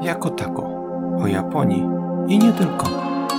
jako tako, o Japonii i nie tylko.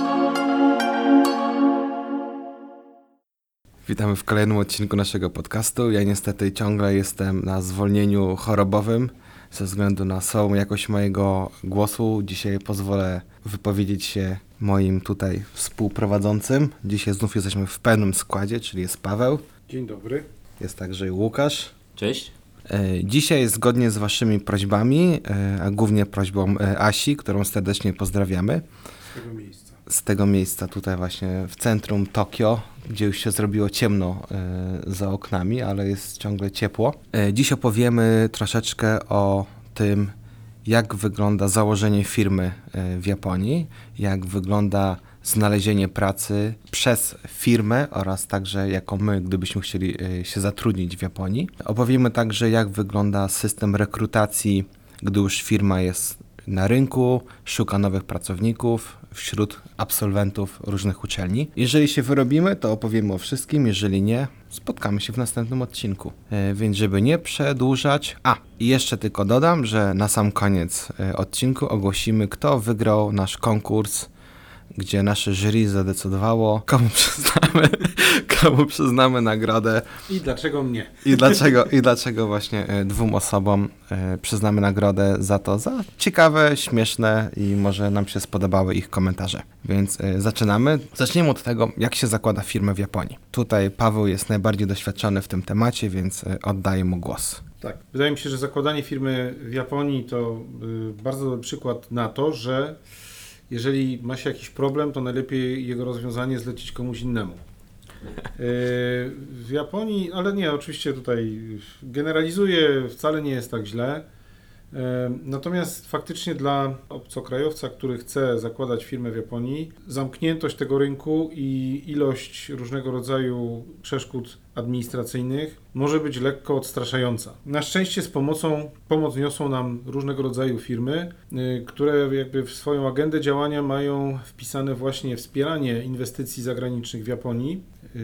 Witamy w kolejnym odcinku naszego podcastu. Ja niestety ciągle jestem na zwolnieniu chorobowym ze względu na słabą jakość mojego głosu. Dzisiaj pozwolę wypowiedzieć się moim tutaj współprowadzącym. Dzisiaj znów jesteśmy w pełnym składzie, czyli jest Paweł. Dzień dobry. Jest także Łukasz. Cześć. Dzisiaj zgodnie z waszymi prośbami, a głównie prośbą Asi, którą serdecznie pozdrawiamy. Z tego miejsca tutaj właśnie w centrum Tokio, gdzie już się zrobiło ciemno za oknami, ale jest ciągle ciepło. Dziś opowiemy troszeczkę o tym, jak wygląda założenie firmy w Japonii, jak wygląda znalezienie pracy przez firmę oraz także jako my, gdybyśmy chcieli się zatrudnić w Japonii. Opowiemy także, jak wygląda system rekrutacji, gdy już firma jest na rynku, szuka nowych pracowników wśród absolwentów różnych uczelni. Jeżeli się wyrobimy, to opowiemy o wszystkim, jeżeli nie, spotkamy się w następnym odcinku. Więc żeby nie przedłużać, i jeszcze tylko dodam, że na sam koniec odcinku ogłosimy, kto wygrał nasz konkurs, gdzie nasze jury zadecydowało, komu przyznamy nagrodę. I dlaczego mnie? I dlaczego właśnie dwóm osobom przyznamy nagrodę za ciekawe, śmieszne i może nam się spodobały ich komentarze. Więc zaczynamy. Zacznijmy od tego, jak się zakłada firmę w Japonii. Tutaj Paweł jest najbardziej doświadczony w tym temacie, więc oddaję mu głos. Tak, wydaje mi się, że zakładanie firmy w Japonii to bardzo dobry przykład na to, że jeżeli ma się jakiś problem, to najlepiej jego rozwiązanie zlecić komuś innemu. W Japonii, ale nie, oczywiście tutaj generalizuję, wcale nie jest tak źle. Natomiast faktycznie dla obcokrajowca, który chce zakładać firmę w Japonii, zamkniętość tego rynku i ilość różnego rodzaju przeszkód administracyjnych może być lekko odstraszająca. Na szczęście pomoc niosą nam różnego rodzaju firmy, które jakby w swoją agendę działania mają wpisane właśnie wspieranie inwestycji zagranicznych w Japonii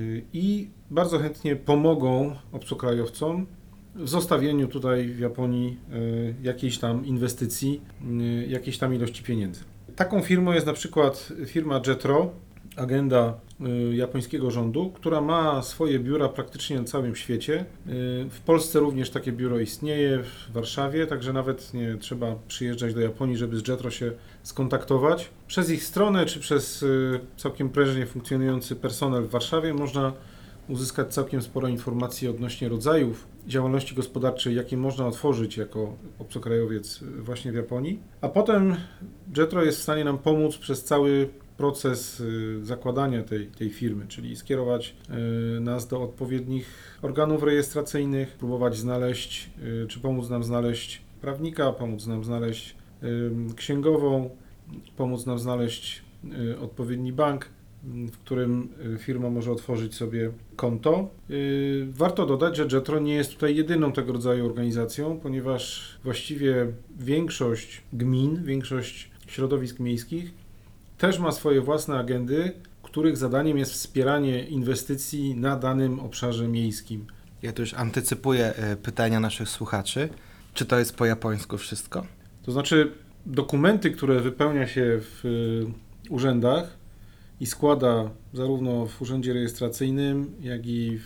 i bardzo chętnie pomogą obcokrajowcom w zostawieniu tutaj w Japonii jakiejś tam inwestycji, jakiejś tam ilości pieniędzy. Taką firmą jest na przykład firma JETRO, agenda japońskiego rządu, która ma swoje biura praktycznie na całym świecie. W Polsce również takie biuro istnieje, w Warszawie, także nawet nie trzeba przyjeżdżać do Japonii, żeby z JETRO się skontaktować. Przez ich stronę, czy przez całkiem prężnie funkcjonujący personel w Warszawie można uzyskać całkiem sporo informacji odnośnie rodzajów działalności gospodarczej, jakie można otworzyć jako obcokrajowiec właśnie w Japonii. A potem JETRO jest w stanie nam pomóc przez cały proces zakładania tej firmy, czyli skierować nas do odpowiednich organów rejestracyjnych, próbować znaleźć, czy pomóc nam znaleźć prawnika, pomóc nam znaleźć księgową, pomóc nam znaleźć odpowiedni bank, w którym firma może otworzyć sobie konto. Warto dodać, że JETRO nie jest tutaj jedyną tego rodzaju organizacją, ponieważ właściwie większość gmin, większość środowisk miejskich też ma swoje własne agendy, których zadaniem jest wspieranie inwestycji na danym obszarze miejskim. Ja tu już antycypuję pytania naszych słuchaczy. Czy to jest po japońsku wszystko? To znaczy dokumenty, które wypełnia się w urzędach i składa zarówno w urzędzie rejestracyjnym, jak i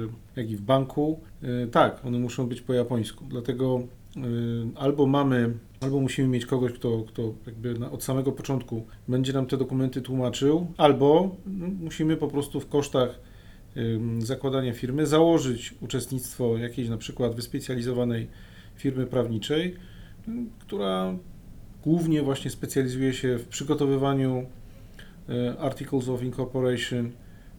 w banku, tak, one muszą być po japońsku. Dlatego albo musimy mieć kogoś, kto jakby od samego początku będzie nam te dokumenty tłumaczył, albo musimy po prostu w kosztach zakładania firmy założyć uczestnictwo jakiejś na przykład wyspecjalizowanej firmy prawniczej, która głównie właśnie specjalizuje się w przygotowywaniu Articles of Incorporation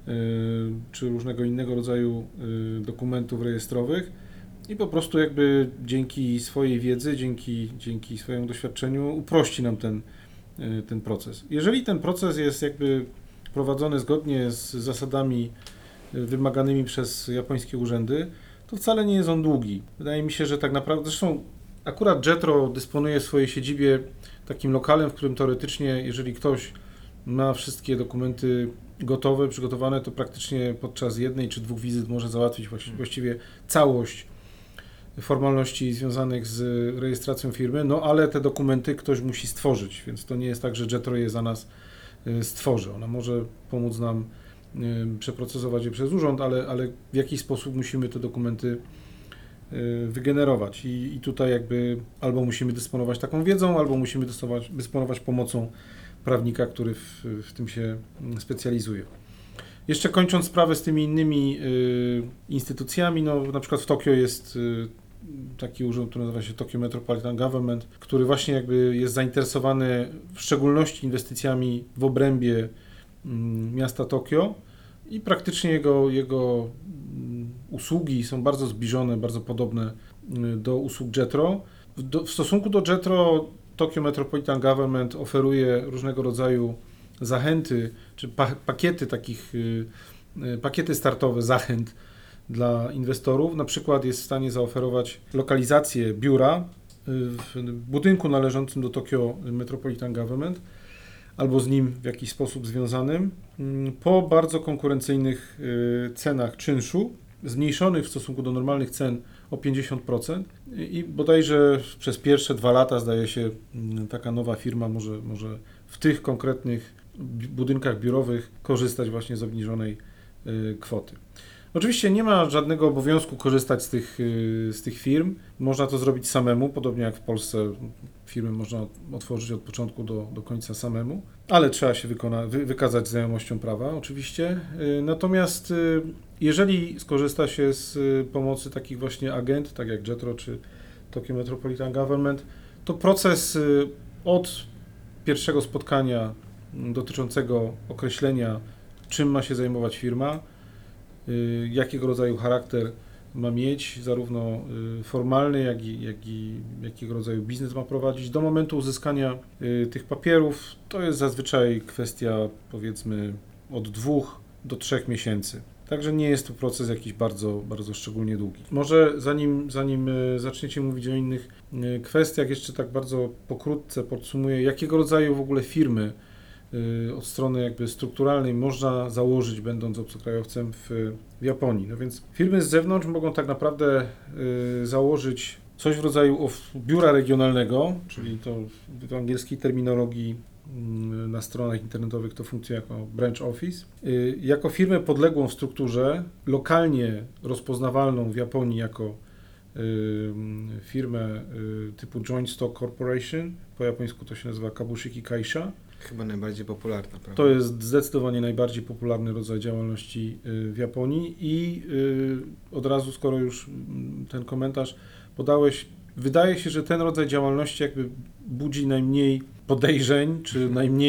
czy różnego innego rodzaju dokumentów rejestrowych i po prostu jakby dzięki swojej wiedzy, dzięki swojemu doświadczeniu uprości nam ten proces. Jeżeli ten proces jest jakby prowadzony zgodnie z zasadami wymaganymi przez japońskie urzędy, to wcale nie jest on długi. Wydaje mi się, że tak naprawdę, zresztą akurat JETRO dysponuje w swojej siedzibie takim lokalem, w którym teoretycznie, jeżeli ktoś ma wszystkie dokumenty gotowe, przygotowane, to praktycznie podczas jednej czy dwóch wizyt może załatwić właściwie całość formalności związanych z rejestracją firmy, no ale te dokumenty ktoś musi stworzyć, więc to nie jest tak, że Jetro je za nas stworzy. Ona może pomóc nam przeprocesować je przez urząd, ale w jakiś sposób musimy te dokumenty wygenerować i tutaj jakby albo musimy dysponować taką wiedzą, albo musimy dysponować pomocą prawnika, który w tym się specjalizuje. Jeszcze kończąc sprawę z tymi innymi instytucjami, no na przykład w Tokio jest taki urząd, który nazywa się Tokyo Metropolitan Government, który właśnie jakby jest zainteresowany w szczególności inwestycjami w obrębie miasta Tokio i praktycznie jego usługi są bardzo zbliżone, bardzo podobne do usług Jetro. W stosunku do Jetro Tokyo Metropolitan Government oferuje różnego rodzaju zachęty, czy pakiety startowe zachęt dla inwestorów. Na przykład jest w stanie zaoferować lokalizację biura w budynku należącym do Tokyo Metropolitan Government albo z nim w jakiś sposób związanym po bardzo konkurencyjnych cenach czynszu, zmniejszonych w stosunku do normalnych cen o 50% i bodajże przez pierwsze 2 lata, zdaje się, taka nowa firma może w tych konkretnych budynkach biurowych korzystać właśnie z obniżonej kwoty. Oczywiście nie ma żadnego obowiązku korzystać z tych firm. Można to zrobić samemu, podobnie jak w Polsce firmy można otworzyć od początku do końca samemu, ale trzeba się wykazać znajomością prawa oczywiście. Natomiast jeżeli skorzysta się z pomocy takich właśnie agent, tak jak Jetro czy Tokyo Metropolitan Government, to proces od pierwszego spotkania dotyczącego określenia, czym ma się zajmować firma, jakiego rodzaju charakter ma mieć, zarówno formalny, jak i jakiego rodzaju biznes ma prowadzić. Do momentu uzyskania tych papierów to jest zazwyczaj kwestia, powiedzmy, od 2 do 3 miesięcy. Także nie jest to proces jakiś bardzo, bardzo szczególnie długi. Może zanim zaczniecie mówić o innych kwestiach, jeszcze tak bardzo pokrótce podsumuję, jakiego rodzaju w ogóle firmy od strony jakby strukturalnej można założyć, będąc obcokrajowcem w Japonii. No więc firmy z zewnątrz mogą tak naprawdę założyć coś w rodzaju biura regionalnego, czyli to w angielskiej terminologii na stronach internetowych to funkcjonuje jako branch office. Jako firmę podległą w strukturze, lokalnie rozpoznawalną w Japonii jako firmę typu Joint Stock Corporation, po japońsku to się nazywa Kabushiki Kaisha. Chyba najbardziej popularna, prawda? To jest zdecydowanie najbardziej popularny rodzaj działalności w Japonii i od razu, skoro już ten komentarz podałeś, wydaje się, że ten rodzaj działalności jakby budzi najmniej podejrzeń, czy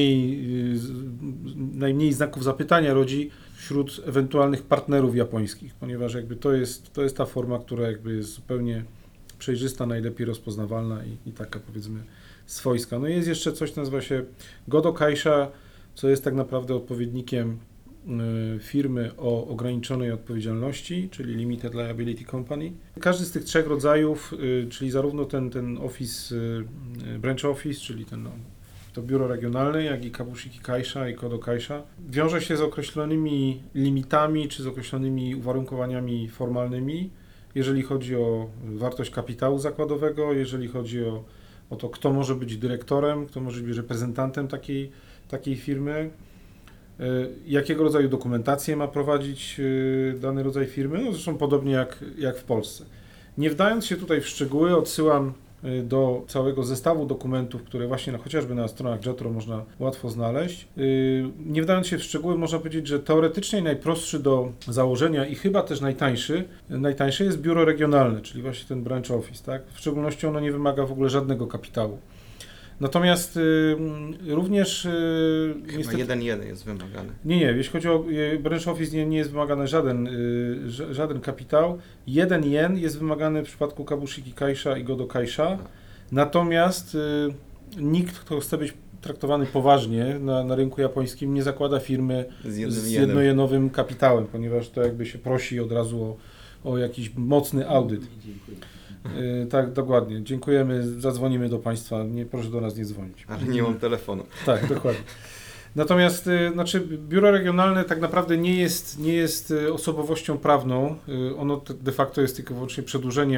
najmniej znaków zapytania rodzi wśród ewentualnych partnerów japońskich, ponieważ jakby to jest ta forma, która jakby jest zupełnie przejrzysta, najlepiej rozpoznawalna i taka, powiedzmy, swojska. No i jest jeszcze coś, nazywa się Godo Kaisha, co jest tak naprawdę odpowiednikiem firmy o ograniczonej odpowiedzialności, czyli Limited Liability Company. Każdy z tych 3 rodzajów, czyli zarówno ten office, branch office, czyli to biuro regionalne, jak i Kabushiki Kaisha i Godo Kaisha, wiąże się z określonymi limitami, czy z określonymi uwarunkowaniami formalnymi, jeżeli chodzi o wartość kapitału zakładowego, jeżeli chodzi o to, kto może być dyrektorem, kto może być reprezentantem takiej firmy, jakiego rodzaju dokumentację ma prowadzić dany rodzaj firmy, no zresztą podobnie jak w Polsce. Nie wdając się tutaj w szczegóły, odsyłam do całego zestawu dokumentów, które właśnie chociażby na stronach Jetro można łatwo znaleźć. Nie wdając się w szczegóły, można powiedzieć, że teoretycznie najprostszy do założenia i chyba też najtańszy jest biuro regionalne, czyli właśnie ten branch office, tak? W szczególności ono nie wymaga w ogóle żadnego kapitału. Natomiast również niestety 1 jest wymagany. Nie, jeśli chodzi o branch office nie jest wymagany żaden kapitał. 1 jen jest wymagany w przypadku Kabushiki Kaisha i Godo Kaisha. Natomiast nikt, kto chce być traktowany poważnie na rynku japońskim, nie zakłada firmy z jednojenowym kapitałem, ponieważ to jakby się prosi od razu o jakiś mocny audyt. Tak, dokładnie. Dziękujemy, zadzwonimy do Państwa. Proszę do nas nie dzwonić. Ale nie mam telefonu. Tak, dokładnie. Natomiast biuro regionalne tak naprawdę nie jest osobowością prawną. Ono de facto jest tylko wyłącznie przedłużeniem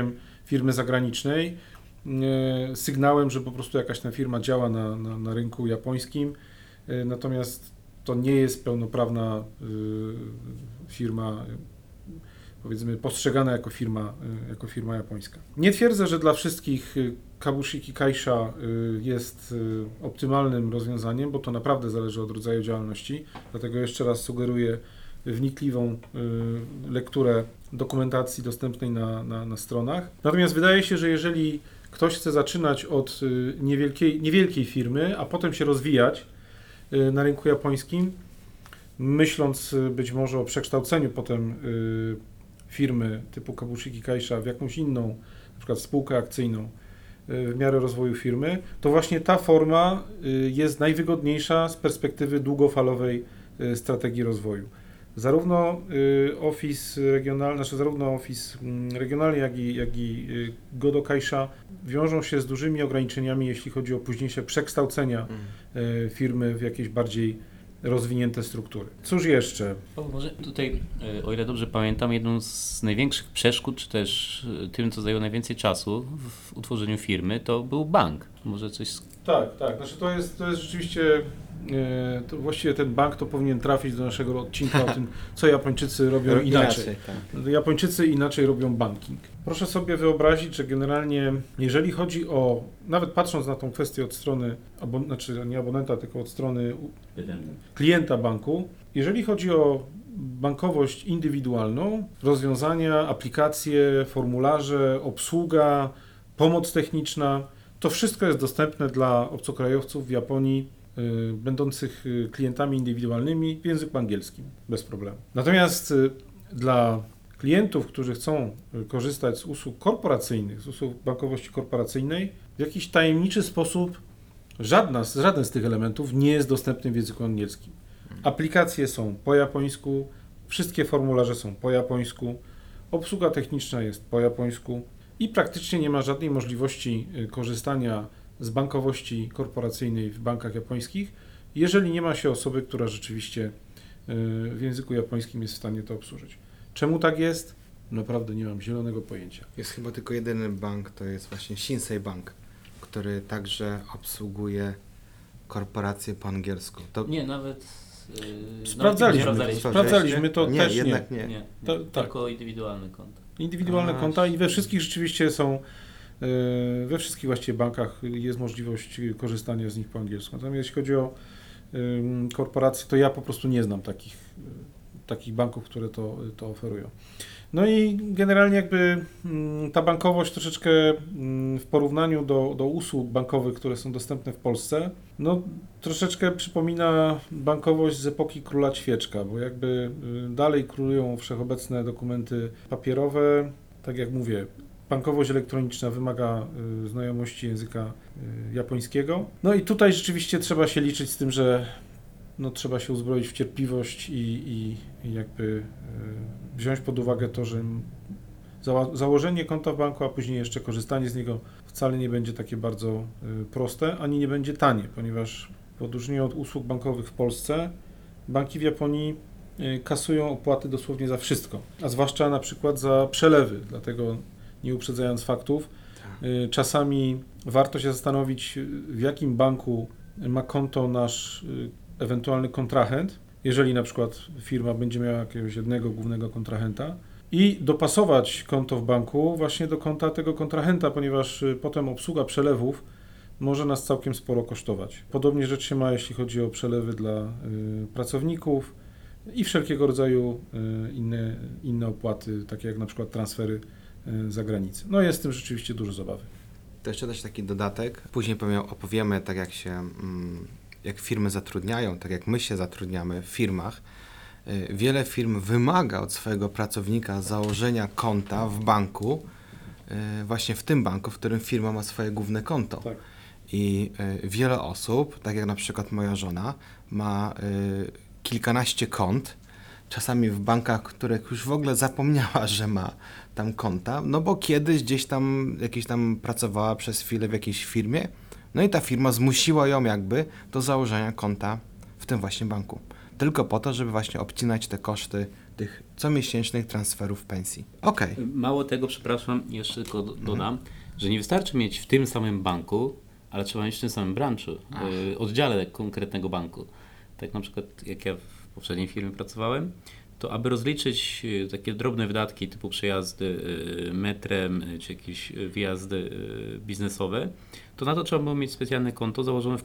firmy zagranicznej sygnałem, że po prostu jakaś ta firma działa na rynku japońskim, natomiast to nie jest pełnoprawna firma, powiedzmy, postrzegana jako firma japońska. Nie twierdzę, że dla wszystkich Kabushiki Kaisha jest optymalnym rozwiązaniem, bo to naprawdę zależy od rodzaju działalności, dlatego jeszcze raz sugeruję wnikliwą lekturę dokumentacji dostępnej na stronach. Natomiast wydaje się, że jeżeli ktoś chce zaczynać od niewielkiej firmy, a potem się rozwijać na rynku japońskim, myśląc być może o przekształceniu potem firmy typu Kabushiki Kaisha w jakąś inną, na przykład spółkę akcyjną w miarę rozwoju firmy, to właśnie ta forma jest najwygodniejsza z perspektywy długofalowej strategii rozwoju. Zarówno Office regionalny, jak i Godo Kaisha wiążą się z dużymi ograniczeniami, jeśli chodzi o późniejsze przekształcenia firmy w jakieś bardziej rozwinięte struktury. Cóż jeszcze? Może tutaj, o ile dobrze pamiętam, jedną z największych przeszkód, czy też tym, co zajęło najwięcej czasu w utworzeniu firmy, to był bank. Może coś... Tak. Znaczy to jest rzeczywiście, to właściwie ten bank to powinien trafić do naszego odcinka o tym, co Japończycy robią inaczej. Tak. Japończycy inaczej robią banking. Proszę sobie wyobrazić, że generalnie, jeżeli chodzi o, nawet patrząc na tą kwestię od strony, znaczy nie abonenta, tylko od strony klienta banku, jeżeli chodzi o bankowość indywidualną, rozwiązania, aplikacje, formularze, obsługa, pomoc techniczna, to wszystko jest dostępne dla obcokrajowców w Japonii będących klientami indywidualnymi w języku angielskim, bez problemu. Natomiast dla klientów, którzy chcą korzystać z usług korporacyjnych, z usług bankowości korporacyjnej, w jakiś tajemniczy sposób żaden z tych elementów nie jest dostępny w języku angielskim. Aplikacje są po japońsku, wszystkie formularze są po japońsku, obsługa techniczna jest po japońsku i praktycznie nie ma żadnej możliwości korzystania z bankowości korporacyjnej w bankach japońskich, jeżeli nie ma się osoby, która rzeczywiście w języku japońskim jest w stanie to obsłużyć. Czemu tak jest? Naprawdę nie mam zielonego pojęcia. Jest chyba tylko jedyny bank, to jest właśnie Shinsei Bank, który także obsługuje korporacje po angielsku. To... Nie, nawet... Sprawdzaliśmy to nie, też jednak nie. Nie, Tak. tylko indywidualne konta. Indywidualne konta i we wszystkich rzeczywiście są, we wszystkich właściwie bankach jest możliwość korzystania z nich po angielsku. Natomiast jeśli chodzi o korporacje, to ja po prostu nie znam takich banków, które to oferują. No i generalnie jakby ta bankowość troszeczkę w porównaniu do usług bankowych, które są dostępne w Polsce, no troszeczkę przypomina bankowość z epoki Króla Ćwieczka, bo jakby dalej królują wszechobecne dokumenty papierowe. Tak jak mówię, bankowość elektroniczna wymaga znajomości języka japońskiego. No i tutaj rzeczywiście trzeba się liczyć z tym, że trzeba się uzbroić w cierpliwość i jakby wziąć pod uwagę to, że założenie konta w banku, a później jeszcze korzystanie z niego wcale nie będzie takie bardzo proste, ani nie będzie tanie, ponieważ w odróżnieniu od usług bankowych w Polsce, banki w Japonii kasują opłaty dosłownie za wszystko, a zwłaszcza na przykład za przelewy, dlatego nie uprzedzając faktów, czasami warto się zastanowić, w jakim banku ma konto nasz ewentualny kontrahent, jeżeli na przykład firma będzie miała jakiegoś jednego głównego kontrahenta i dopasować konto w banku właśnie do konta tego kontrahenta, ponieważ potem obsługa przelewów może nas całkiem sporo kosztować. Podobnie rzecz się ma, jeśli chodzi o przelewy dla pracowników i wszelkiego rodzaju inne opłaty, takie jak na przykład transfery za granicę. No jest z tym rzeczywiście dużo zabawy. To jeszcze też taki dodatek. Później opowiemy, tak jak firmy zatrudniają, tak jak my się zatrudniamy w firmach. Wiele firm wymaga od swojego pracownika założenia konta w banku, właśnie w tym banku, w którym firma ma swoje główne konto. Tak. I wiele osób, tak jak na przykład moja żona, ma kilkanaście kont, czasami w bankach, których już w ogóle zapomniała, że ma tam konta, no bo kiedyś gdzieś tam pracowała przez chwilę w jakiejś firmie, no i ta firma zmusiła ją jakby do założenia konta w tym właśnie banku. Tylko po to, żeby właśnie obcinać te koszty tych comiesięcznych transferów pensji. Okej. Mało tego, przepraszam, jeszcze tylko dodam, że nie wystarczy mieć w tym samym banku, ale trzeba mieć w tym samym branchu, oddziale konkretnego banku. Tak na przykład jak ja w poprzedniej firmie pracowałem, to aby rozliczyć takie drobne wydatki typu przejazdy metrem czy jakieś wyjazdy biznesowe, to na to trzeba było mieć specjalne konto założone w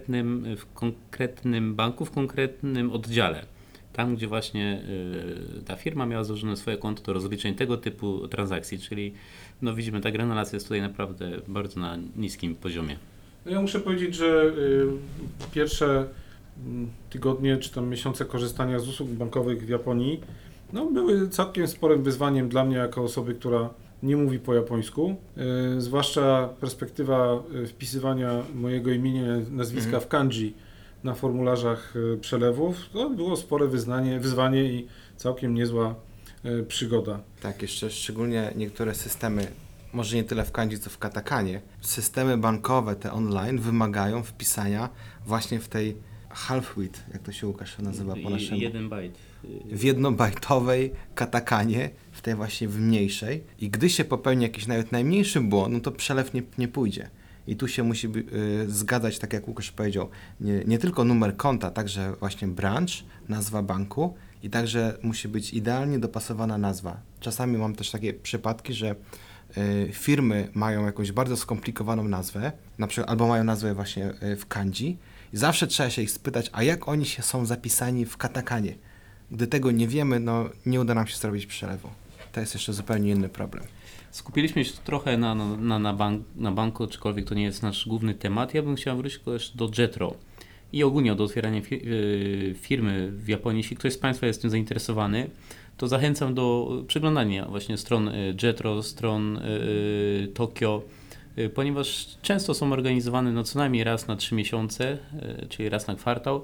konkretnym banku, w konkretnym oddziale. Tam, gdzie właśnie ta firma miała założone swoje konto do rozliczeń tego typu transakcji, czyli no widzimy, ta granulacja jest tutaj naprawdę bardzo na niskim poziomie. No ja muszę powiedzieć, że pierwsze tygodnie czy tam miesiące korzystania z usług bankowych w Japonii no, były całkiem sporym wyzwaniem dla mnie jako osoby, która nie mówi po japońsku. Zwłaszcza perspektywa wpisywania mojego imienia, nazwiska w kanji na formularzach przelewów, to było spore wyzwanie i całkiem niezła przygoda. Tak, jeszcze szczególnie niektóre systemy, może nie tyle w kanji, co w katakanie, systemy bankowe, te online, wymagają wpisania właśnie w tej half-wit, jak to się Łukasz nazywa po naszemu. 1 bajt. W jednobajtowej katakanie, w tej właśnie w mniejszej. I gdy się popełni jakiś nawet najmniejszy błąd, no to przelew nie pójdzie. I tu się musi zgadzać, tak jak Łukasz powiedział, nie tylko numer konta, także właśnie branch, nazwa banku i także musi być idealnie dopasowana nazwa. Czasami mam też takie przypadki, że firmy mają jakąś bardzo skomplikowaną nazwę, na przykład albo mają nazwę właśnie w kanji i zawsze trzeba się ich spytać, a jak oni są zapisani w katakanie. Gdy tego nie wiemy, no nie uda nam się zrobić przelewu. To jest jeszcze zupełnie inny problem. Skupiliśmy się trochę na banku, aczkolwiek to nie jest nasz główny temat. Ja bym chciał wrócić też do Jetro i ogólnie do otwierania firmy w Japonii. Jeśli ktoś z Państwa jest tym zainteresowany, to zachęcam do przeglądania właśnie stron Jetro, stron Tokio, ponieważ często są organizowane no co najmniej raz na 3 miesiące, czyli raz na kwartał.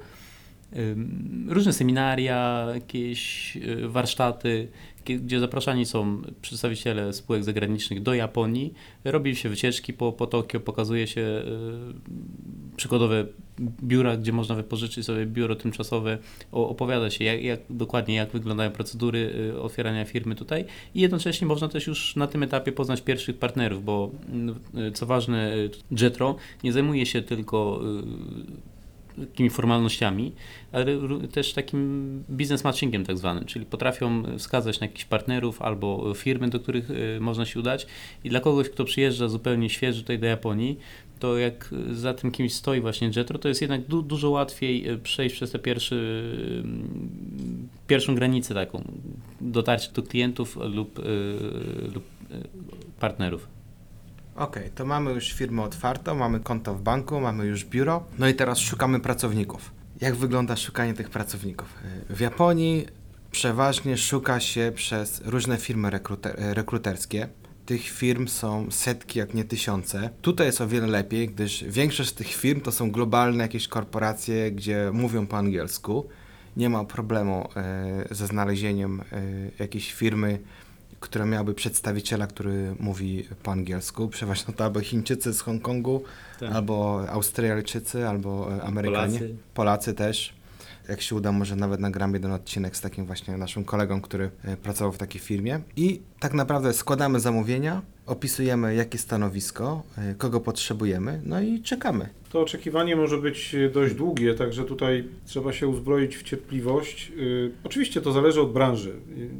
Różne seminaria, jakieś warsztaty, gdzie zapraszani są przedstawiciele spółek zagranicznych do Japonii. Robi się wycieczki po Tokio, pokazuje się przykładowe biura, gdzie można wypożyczyć sobie biuro tymczasowe, opowiada się dokładnie jak wyglądają procedury otwierania firmy tutaj i jednocześnie można też już na tym etapie poznać pierwszych partnerów, bo co ważne, Jetro nie zajmuje się tylko takimi formalnościami, ale też takim business matchingiem tak zwanym, czyli potrafią wskazać na jakichś partnerów albo firmy, do których można się udać i dla kogoś, kto przyjeżdża zupełnie świeży tutaj do Japonii, to jak za tym kimś stoi właśnie Jetro, to jest jednak dużo łatwiej przejść przez tę pierwszą granicę taką, dotarcie do klientów lub partnerów. Okej, to mamy już firmę otwartą, mamy konto w banku, mamy już biuro, no i teraz szukamy pracowników. Jak wygląda szukanie tych pracowników? W Japonii przeważnie szuka się przez różne firmy rekruterskie. Tych firm są setki, jak nie tysiące. Tutaj jest o wiele lepiej, gdyż większość z tych firm to są globalne jakieś korporacje, gdzie mówią po angielsku. Nie ma problemu ze znalezieniem jakiejś firmy, która miałaby przedstawiciela, który mówi po angielsku. Przeważnie to albo Chińczycy z Hongkongu, Tak. albo Australijczycy, albo Amerykanie. Polacy też. Jak się uda, może nawet nagram jeden odcinek z takim właśnie naszym kolegą, który pracował w takiej firmie. I tak naprawdę składamy zamówienia, opisujemy jakie stanowisko, kogo potrzebujemy, no i czekamy. To oczekiwanie może być dość długie, także tutaj trzeba się uzbroić w cierpliwość. Oczywiście to zależy od branży.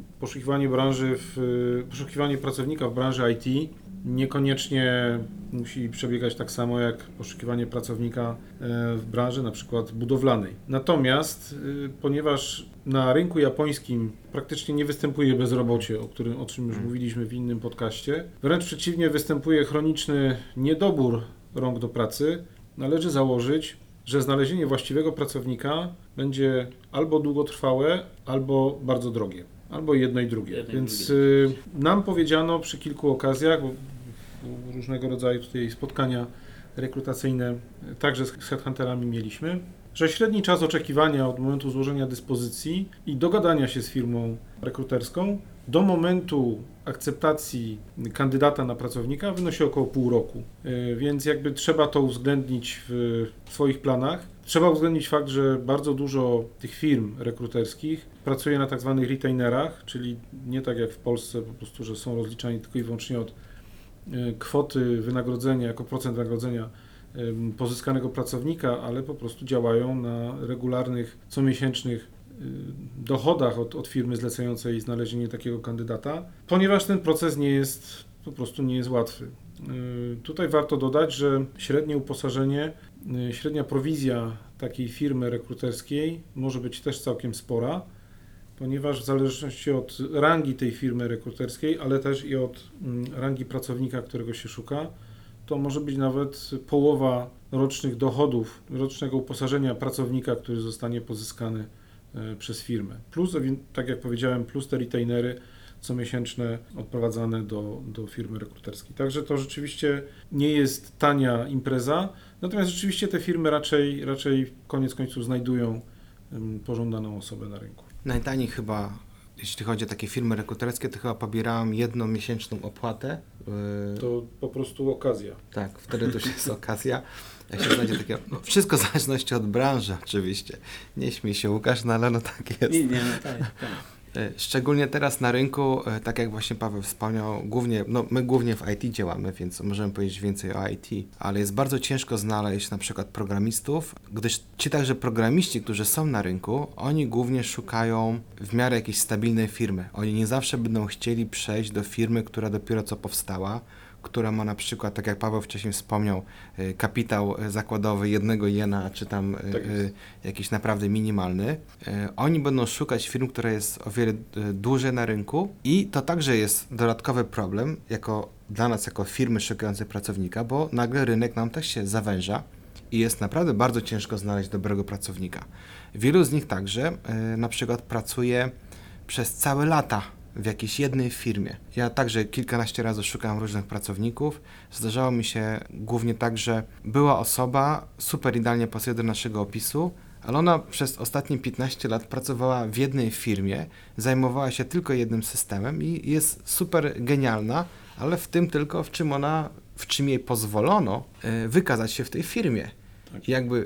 Poszukiwanie pracownika w branży IT niekoniecznie musi przebiegać tak samo jak poszukiwanie pracownika w branży na przykład budowlanej. Natomiast ponieważ na rynku japońskim praktycznie nie występuje bezrobocie, o czym już mówiliśmy w innym podcaście, wręcz przeciwnie, występuje chroniczny niedobór rąk do pracy, należy założyć, że znalezienie właściwego pracownika będzie albo długotrwałe, albo bardzo drogie. Albo jedno i drugie. Więc nam powiedziano przy kilku okazjach, bo różnego rodzaju tutaj spotkania rekrutacyjne także z headhunterami mieliśmy, że średni czas oczekiwania od momentu złożenia dyspozycji i dogadania się z firmą rekruterską do momentu akceptacji kandydata na pracownika wynosi około pół roku, więc jakby trzeba to uwzględnić w swoich planach. Trzeba uwzględnić fakt, że bardzo dużo tych firm rekruterskich pracuje na tak zwanych retainerach, czyli nie tak jak w Polsce po prostu, że są rozliczani tylko i wyłącznie od kwoty wynagrodzenia, jako procent wynagrodzenia pozyskanego pracownika, ale po prostu działają na regularnych, comiesięcznych dochodach od firmy zlecającej znalezienie takiego kandydata, ponieważ ten proces po prostu nie jest łatwy. Tutaj warto dodać, że średnie uposażenie, średnia prowizja takiej firmy rekruterskiej może być też całkiem spora, ponieważ w zależności od rangi tej firmy rekruterskiej, ale też i od rangi pracownika, którego się szuka, to może być nawet połowa rocznych dochodów, rocznego uposażenia pracownika, który zostanie pozyskany przez firmę. Plus, tak jak powiedziałem, plus te retainery comiesięczne odprowadzane do firmy rekruterskiej. Także to rzeczywiście nie jest tania impreza, natomiast rzeczywiście te firmy raczej koniec końców znajdują pożądaną osobę na rynku. Najtaniej chyba, jeśli chodzi o takie firmy rekruterskie, to chyba pobierałem jednomiesięczną opłatę. To po prostu okazja. Tak, wtedy to już jest okazja. Jak się znajdzie takie, wszystko w zależności od branży oczywiście. Nie śmiej się, Łukasz, no ale no tak jest. Nie, tak. Szczególnie teraz na rynku, tak jak właśnie Paweł wspomniał, my głównie w IT działamy, więc możemy powiedzieć więcej o IT, ale jest bardzo ciężko znaleźć na przykład programistów, gdyż ci także programiści, którzy są na rynku, oni głównie szukają w miarę jakiejś stabilnej firmy. Oni nie zawsze będą chcieli przejść do firmy, która dopiero co powstała, która ma na przykład, tak jak Paweł wcześniej wspomniał, kapitał zakładowy 1 jena, czy tam jakiś naprawdę minimalny. Oni będą szukać firm, która jest o wiele dłużej na rynku i to także jest dodatkowy problem dla nas jako firmy szukającej pracownika, bo nagle rynek nam też się zawęża i jest naprawdę bardzo ciężko znaleźć dobrego pracownika. Wielu z nich także na przykład pracuje przez całe lata w jakiejś jednej firmie. Ja także kilkanaście razy szukałem różnych pracowników. Zdarzało mi się głównie tak, że była osoba, super idealnie pasuje do naszego opisu, ale ona przez ostatnie 15 lat pracowała w jednej firmie, zajmowała się tylko jednym systemem i jest super genialna, ale w tym tylko, w czym jej pozwolono wykazać się w tej firmie. I jakby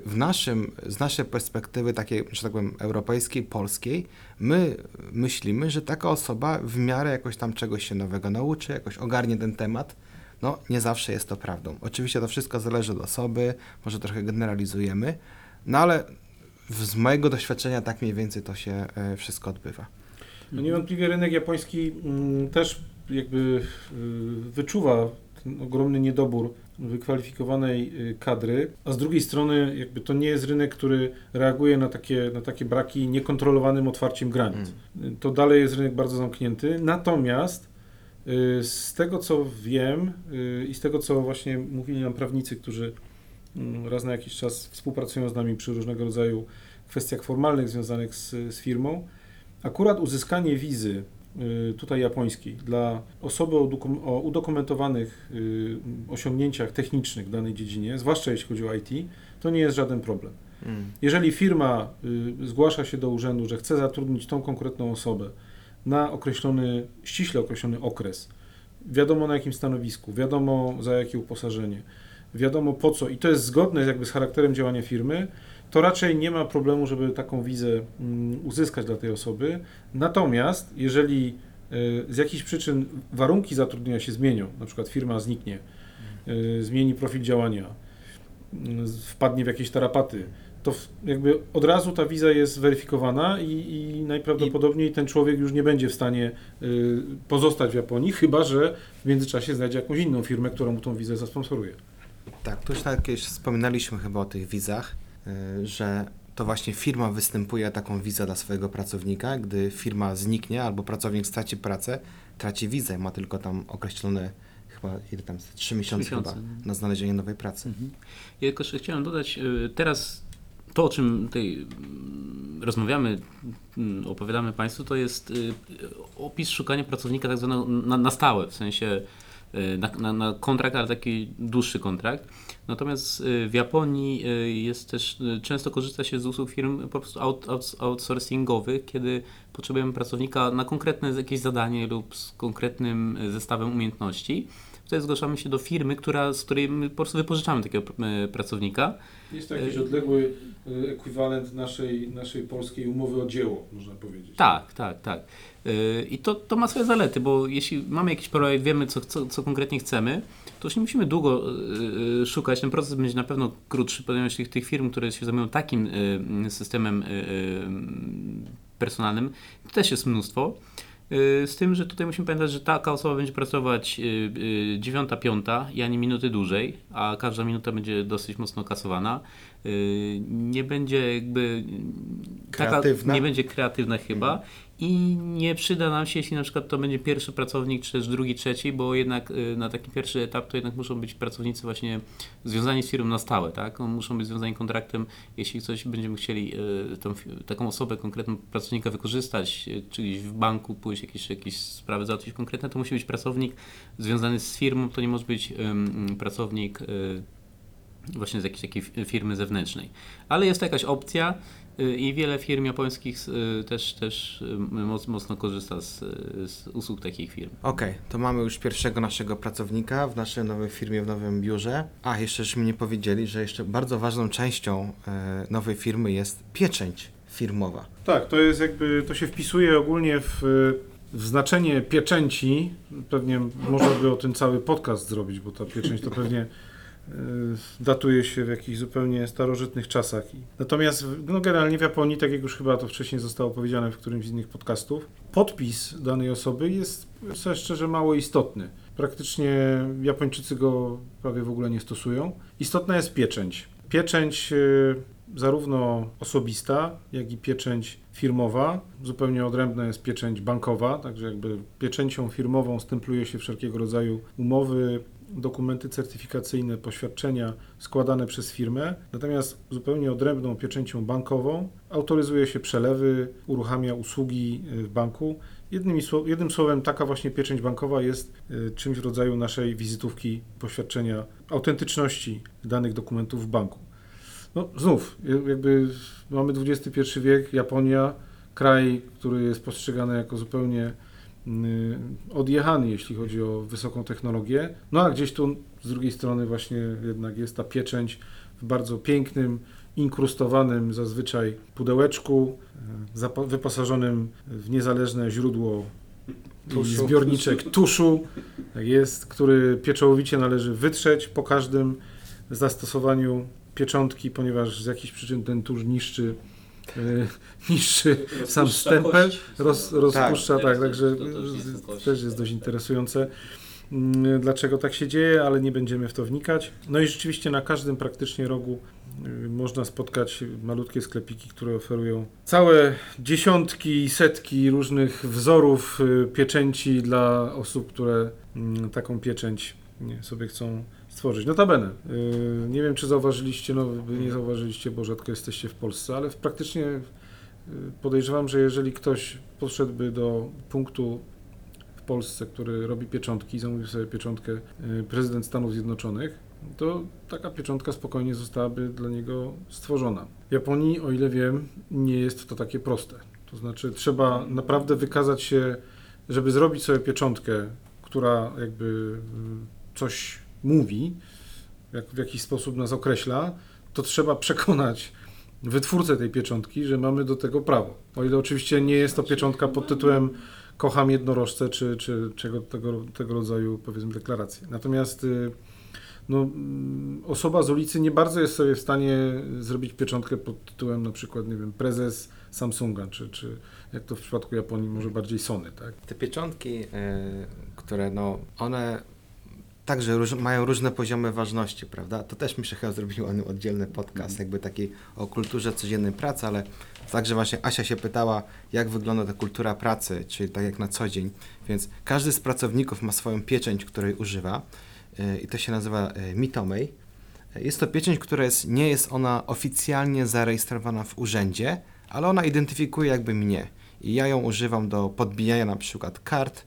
z naszej perspektywy takiej, że tak powiem, europejskiej, polskiej, my myślimy, że taka osoba w miarę jakoś tam czegoś się nowego nauczy, jakoś ogarnie ten temat. No, nie zawsze jest to prawdą. Oczywiście to wszystko zależy od osoby, może trochę generalizujemy, no ale z mojego doświadczenia tak mniej więcej to się wszystko odbywa. No niewątpliwie rynek japoński też jakby wyczuwa ten ogromny niedobór wykwalifikowanej kadry, a z drugiej strony jakby to nie jest rynek, który reaguje na takie braki niekontrolowanym otwarciem granic. To dalej jest rynek bardzo zamknięty, natomiast z tego co wiem i z tego co właśnie mówili nam prawnicy, którzy raz na jakiś czas współpracują z nami przy różnego rodzaju kwestiach formalnych związanych z firmą, akurat uzyskanie wizy tutaj japońskiej dla osoby o udokumentowanych osiągnięciach technicznych w danej dziedzinie, zwłaszcza jeśli chodzi o IT, to nie jest żaden problem. Jeżeli firma zgłasza się do urzędu, że chce zatrudnić tą konkretną osobę na ściśle określony okres, wiadomo na jakim stanowisku, wiadomo za jakie uposażenie, wiadomo po co i to jest zgodne jakby z charakterem działania firmy, to raczej nie ma problemu, żeby taką wizę uzyskać dla tej osoby. Natomiast jeżeli z jakichś przyczyn warunki zatrudnienia się zmienią, na przykład firma zniknie, zmieni profil działania, wpadnie w jakieś tarapaty, to jakby od razu ta wiza jest weryfikowana i najprawdopodobniej ten człowiek już nie będzie w stanie pozostać w Japonii, chyba że w międzyczasie znajdzie jakąś inną firmę, która mu tą wizę zasponsoruje. Tak, tu już kiedyś wspominaliśmy chyba o tych wizach, że to właśnie firma występuje taką wizę dla swojego pracownika, gdy firma zniknie albo pracownik straci pracę, traci wizę, ma tylko tam określone chyba 3 miesiące chyba na znalezienie nowej pracy. Ja tylko jeszcze chciałem dodać, teraz to, o czym tutaj rozmawiamy, opowiadamy Państwu, to jest opis szukania pracownika tak zwanego na stałe, w sensie na kontrakt, ale taki dłuższy kontrakt. Natomiast w Japonii jest też, często korzysta się z usług firm po prostu outsourcingowych, kiedy potrzebujemy pracownika na konkretne jakieś zadanie lub z konkretnym zestawem umiejętności. Wtedy zgłaszamy się do firmy, z której my po prostu wypożyczamy takiego pracownika. Jest to jakiś odległy ekwiwalent naszej polskiej umowy o dzieło, można powiedzieć. Tak. I to ma swoje zalety, bo jeśli mamy jakiś projekt, wiemy co konkretnie chcemy, to już nie musimy długo szukać. Ten proces będzie na pewno krótszy, ponieważ tych firm, które się zajmują takim systemem personalnym, to też jest mnóstwo. Z tym, że tutaj musimy pamiętać, że taka osoba będzie pracować 9-5 i ani minuty dłużej, a każda minuta będzie dosyć mocno kasowana. Nie będzie jakby kreatywna. Nie będzie kreatywna chyba i nie przyda nam się, jeśli na przykład to będzie pierwszy pracownik, czy też drugi, trzeci, bo jednak na taki pierwszy etap to jednak muszą być pracownicy właśnie związani z firmą na stałe, tak? Muszą być związani kontraktem, jeśli coś będziemy chcieli taką osobę, konkretną pracownika wykorzystać, czyli w banku pójść jakieś sprawy załatwić konkretne, to musi być pracownik związany z firmą, to nie może być pracownik właśnie z jakiejś takiej firmy zewnętrznej. Ale jest to jakaś opcja i wiele firm japońskich też mocno korzysta z usług takich firm. Okej, to mamy już pierwszego naszego pracownika w naszej nowej firmie, w nowym biurze. A, jeszcze żeśmy nie powiedzieli, że jeszcze bardzo ważną częścią nowej firmy jest pieczęć firmowa. Tak, to jest to się wpisuje ogólnie w znaczenie pieczęci. Pewnie można by o tym cały podcast zrobić, bo ta pieczęć to pewnie datuje się w jakichś zupełnie starożytnych czasach. Natomiast generalnie w Japonii, tak jak już chyba to wcześniej zostało powiedziane w którymś z innych podcastów, podpis danej osoby jest szczerze mało istotny. Praktycznie Japończycy go prawie w ogóle nie stosują. Istotna jest pieczęć. Pieczęć zarówno osobista, jak i pieczęć firmowa. Zupełnie odrębna jest pieczęć bankowa, także jakby pieczęcią firmową stempluje się wszelkiego rodzaju umowy, dokumenty certyfikacyjne, poświadczenia składane przez firmę, natomiast zupełnie odrębną pieczęcią bankową autoryzuje się przelewy, uruchamia usługi w banku. Jednym słowem, taka właśnie pieczęć bankowa jest czymś w rodzaju naszej wizytówki, poświadczenia autentyczności danych dokumentów w banku. No znów, jakby mamy XXI wiek, Japonia, kraj, który jest postrzegany jako zupełnie odjechany, jeśli chodzi o wysoką technologię. No a gdzieś tu z drugiej strony właśnie jednak jest ta pieczęć w bardzo pięknym, inkrustowanym zazwyczaj pudełeczku, wyposażonym w niezależne źródło i zbiorniczek tuszu, tak jest, który pieczołowicie należy wytrzeć po każdym zastosowaniu pieczątki, ponieważ z jakichś przyczyn ten tusz niszczy sam stempel, rozpuszcza, tak, także też jest dość interesujące, dlaczego tak się dzieje, ale nie będziemy w to wnikać. No i rzeczywiście na każdym praktycznie rogu można spotkać malutkie sklepiki, które oferują całe dziesiątki, setki różnych wzorów pieczęci dla osób, które taką pieczęć sobie chcą stworzyć. Notabene, nie wiem czy zauważyliście, no wy nie zauważyliście, bo rzadko jesteście w Polsce, ale praktycznie podejrzewam, że jeżeli ktoś podszedłby do punktu w Polsce, który robi pieczątki, zamówił sobie pieczątkę prezydent Stanów Zjednoczonych, to taka pieczątka spokojnie zostałaby dla niego stworzona. W Japonii, o ile wiem, nie jest to takie proste. To znaczy trzeba naprawdę wykazać się, żeby zrobić sobie pieczątkę, która jakby coś mówi, w jakiś sposób nas określa, to trzeba przekonać wytwórcę tej pieczątki, że mamy do tego prawo. O ile oczywiście nie jest to pieczątka pod tytułem kocham jednorożce, czy tego rodzaju, powiedzmy, deklaracje. Natomiast osoba z ulicy nie bardzo jest sobie w stanie zrobić pieczątkę pod tytułem na przykład, nie wiem, prezes Samsunga, czy jak to w przypadku Japonii może bardziej Sony, tak? Te pieczątki, które one także mają różne poziomy ważności, prawda? To też myślę, chyba zrobił on oddzielny podcast, jakby taki o kulturze codziennej pracy, ale także właśnie Asia się pytała, jak wygląda ta kultura pracy, czyli tak jak na co dzień, więc każdy z pracowników ma swoją pieczęć, której używa i to się nazywa Mitomei. Jest to pieczęć, która nie jest ona oficjalnie zarejestrowana w urzędzie, ale ona identyfikuje jakby mnie i ja ją używam do podbijania na przykład kart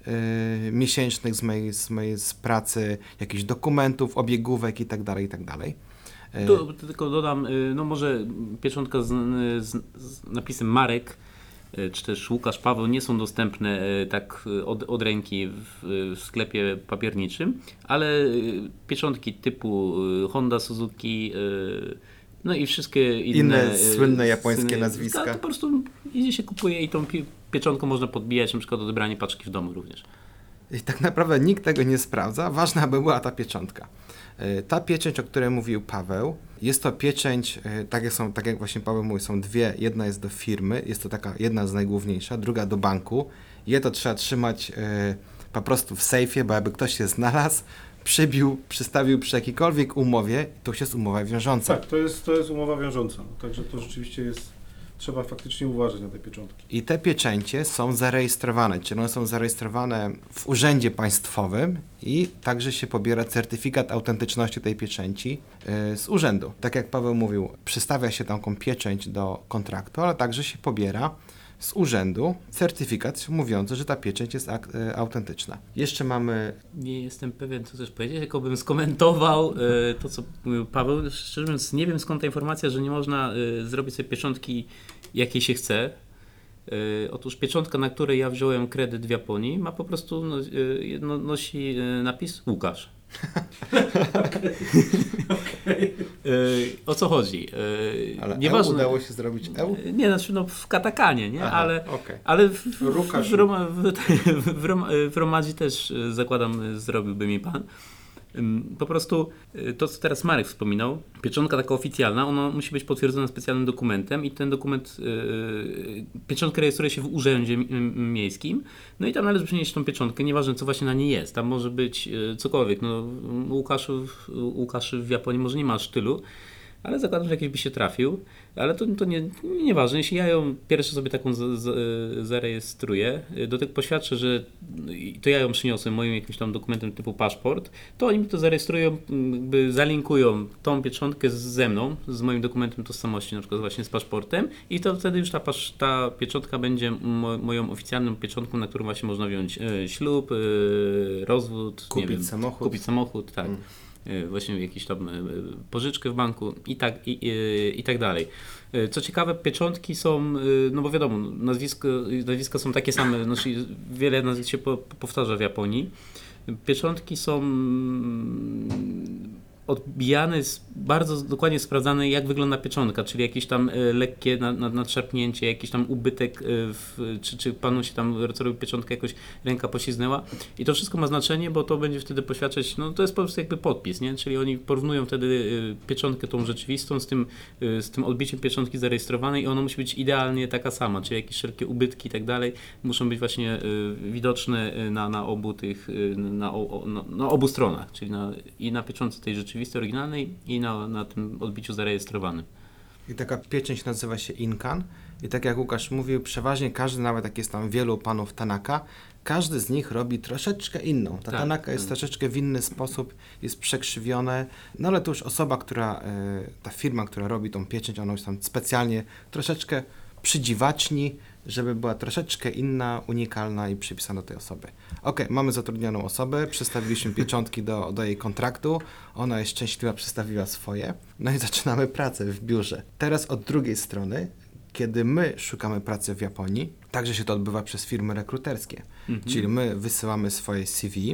miesięcznych z pracy, jakichś dokumentów, obiegówek i tak dalej, i tak dalej. Tylko dodam, no może pieczątka z napisem Marek, czy też Łukasz, Paweł nie są dostępne tak od ręki w sklepie papierniczym, ale pieczątki typu Honda, Suzuki, no i wszystkie inne słynne japońskie nazwiska. To po prostu idzie się kupuje i tą pieczątką można podbijać na przykład odebranie paczki w domu również. I tak naprawdę nikt tego nie sprawdza. Ważna by była ta pieczątka. Ta pieczęć, o której mówił Paweł, jest to pieczęć, tak jak właśnie Paweł mówił, są dwie. Jedna jest do firmy, jest to taka jedna z najgłówniejsza, druga do banku. To trzeba trzymać po prostu w sejfie, bo jakby ktoś się znalazł, przystawił przy jakiejkolwiek umowie, to już jest umowa wiążąca. Tak, to jest umowa wiążąca. Także to rzeczywiście trzeba faktycznie uważać na te pieczątki. I te pieczęcie są zarejestrowane, czyli one są zarejestrowane w urzędzie państwowym i także się pobiera certyfikat autentyczności tej pieczęci z urzędu. Tak jak Paweł mówił, przystawia się taką pieczęć do kontraktu, ale także się pobiera z urzędu certyfikat mówiący, że ta pieczęć jest autentyczna. Jeszcze mamy... Nie jestem pewien, co też powiedzieć, tylko bym skomentował to, co mówił Paweł. Szczerze mówiąc, nie wiem skąd ta informacja, że nie można zrobić sobie pieczątki, jakiej się chce. Otóż pieczątka, na której ja wziąłem kredyt w Japonii, ma po prostu nosi napis Łukasz. O co chodzi? Ale Nieważne, udało się zrobić EU? Nie, znaczy w katakanie, nie? Aha, ale w Romadzi też zakładam zrobiłby mi pan. Po prostu to, co teraz Marek wspominał, pieczątka taka oficjalna, ona musi być potwierdzona specjalnym dokumentem i ten dokument, pieczątkę rejestruje się w urzędzie miejskim, no i tam należy przynieść tą pieczątkę, nieważne co właśnie na niej jest, tam może być cokolwiek, no Łukasz w Japonii może nie ma sztylu, ale zakładam, że jakiś by się trafił, ale to nieważne. Jeśli ja ją pierwszy sobie taką zarejestruję, do tego poświadczę, że to ja ją przyniosłem moim jakimś tam dokumentem typu paszport, to oni mi to zarejestrują, jakby zalinkują tą pieczątkę ze mną, z moim dokumentem tożsamości, na przykład właśnie z paszportem i to wtedy już ta pieczątka będzie moją oficjalną pieczątką, na którą właśnie można wziąć ślub, rozwód, kupić samochód, tak. Właśnie jakieś tam pożyczkę w banku i tak dalej. Co ciekawe, pieczątki są, no bo wiadomo, nazwiska są takie same, znaczy wiele nazwisk się powtarza w Japonii. Pieczątki są odbijane, bardzo dokładnie sprawdzane, jak wygląda pieczątka, czyli jakieś tam lekkie nadszarpnięcie, jakiś tam ubytek, czy panu się tam robi pieczątka, jakoś ręka poślizgnęła i to wszystko ma znaczenie, bo to będzie wtedy poświadczać, no to jest po prostu jakby podpis, nie? Czyli oni porównują wtedy pieczątkę tą rzeczywistą z tym odbiciem pieczątki zarejestrowanej i ona musi być idealnie taka sama, czyli jakieś wszelkie ubytki i tak dalej muszą być właśnie widoczne na obu tych, na obu stronach, czyli i na pieczątce tej rzeczywistej, oryginalnej i na tym odbiciu zarejestrowanym. I taka pieczęć nazywa się Inkan i tak jak Łukasz mówił, przeważnie każdy, nawet jak jest tam wielu panów Tanaka, każdy z nich robi troszeczkę inną. Ta Tanaka jest troszeczkę w inny sposób, jest przekrzywione, no ale to już osoba, ta firma, która robi tą pieczęć, ona już tam specjalnie troszeczkę przydziwaczni, żeby była troszeczkę inna, unikalna i przypisana do tej osoby. Mamy zatrudnioną osobę, przystawiliśmy pieczątki do jej kontraktu, ona jest szczęśliwa, przystawiła swoje, no i zaczynamy pracę w biurze. Teraz od drugiej strony, kiedy my szukamy pracy w Japonii, także się to odbywa przez firmy rekruterskie, czyli my wysyłamy swoje CV,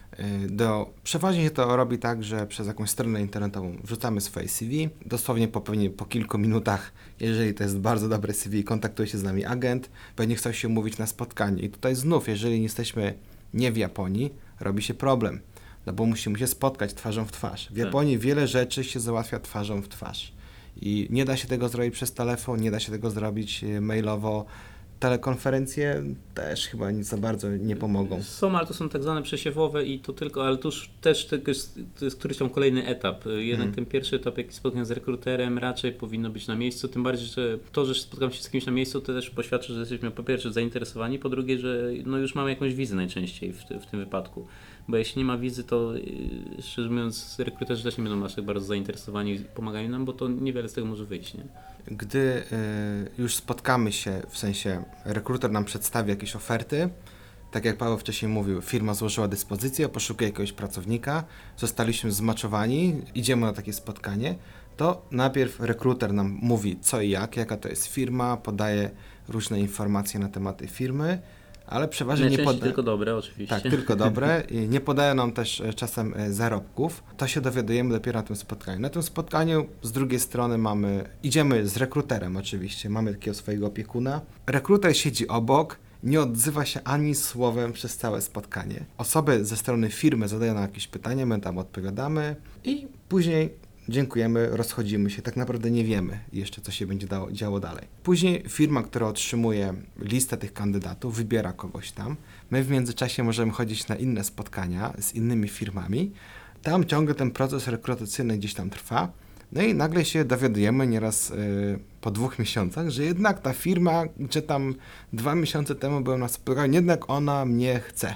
przeważnie się to robi tak, że przez jakąś stronę internetową wrzucamy swoje CV, dosłownie pewnie po kilku minutach, jeżeli to jest bardzo dobre CV, kontaktuje się z nami agent, będzie chciał się umówić na spotkanie i tutaj znów, jeżeli jesteśmy nie w Japonii, robi się problem, no bo musimy się spotkać twarzą w twarz. W Japonii wiele rzeczy się załatwia twarzą w twarz i nie da się tego zrobić przez telefon, nie da się tego zrobić mailowo. Telekonferencje też chyba nic za bardzo nie pomogą. Są, ale to są tak zwane przesiewowe i to tylko, ale to już też to jest któryś tam kolejny etap. Jednak ten pierwszy etap, jaki spotkam z rekruterem, raczej powinno być na miejscu, tym bardziej, że to, że spotkam się z kimś na miejscu, to też poświadczy, że jesteśmy po pierwsze zainteresowani, po drugie, że no już mamy jakąś wizę najczęściej w tym wypadku. Bo jeśli nie ma wizy, to szczerze mówiąc rekruterzy też nie będą aż tak bardzo zainteresowani i pomagają nam, bo to niewiele z tego może wyjść, nie? Gdy już spotkamy się, w sensie rekruter nam przedstawi jakieś oferty, Tak jak Paweł wcześniej mówił, firma złożyła dyspozycję, poszukuje jakiegoś pracownika, zostaliśmy zmaczowani, idziemy na takie spotkanie, to najpierw rekruter nam mówi co i jak, jaka to jest firma, podaje różne informacje na temat tej firmy, ale przeważnie nie podaje... tylko dobre, oczywiście. Tak, tylko dobre. I nie podają nam też czasem zarobków. To się dowiadujemy dopiero na tym spotkaniu. Na tym spotkaniu z drugiej strony idziemy z rekruterem oczywiście, mamy takiego swojego opiekuna. Rekruter siedzi obok, nie odzywa się ani słowem przez całe spotkanie. Osoby ze strony firmy zadają nam jakieś pytania, my tam odpowiadamy i później dziękujemy, rozchodzimy się, tak naprawdę nie wiemy jeszcze, co się będzie działo dalej. Później firma, która otrzymuje listę tych kandydatów, wybiera kogoś tam. My w międzyczasie możemy chodzić na inne spotkania z innymi firmami. Tam ciągle ten proces rekrutacyjny gdzieś tam trwa. No i nagle się dowiadujemy nieraz po 2 miesiącach, że jednak ta firma, gdzie tam 2 miesiące temu byłem na spotkaniu, jednak ona mnie chce.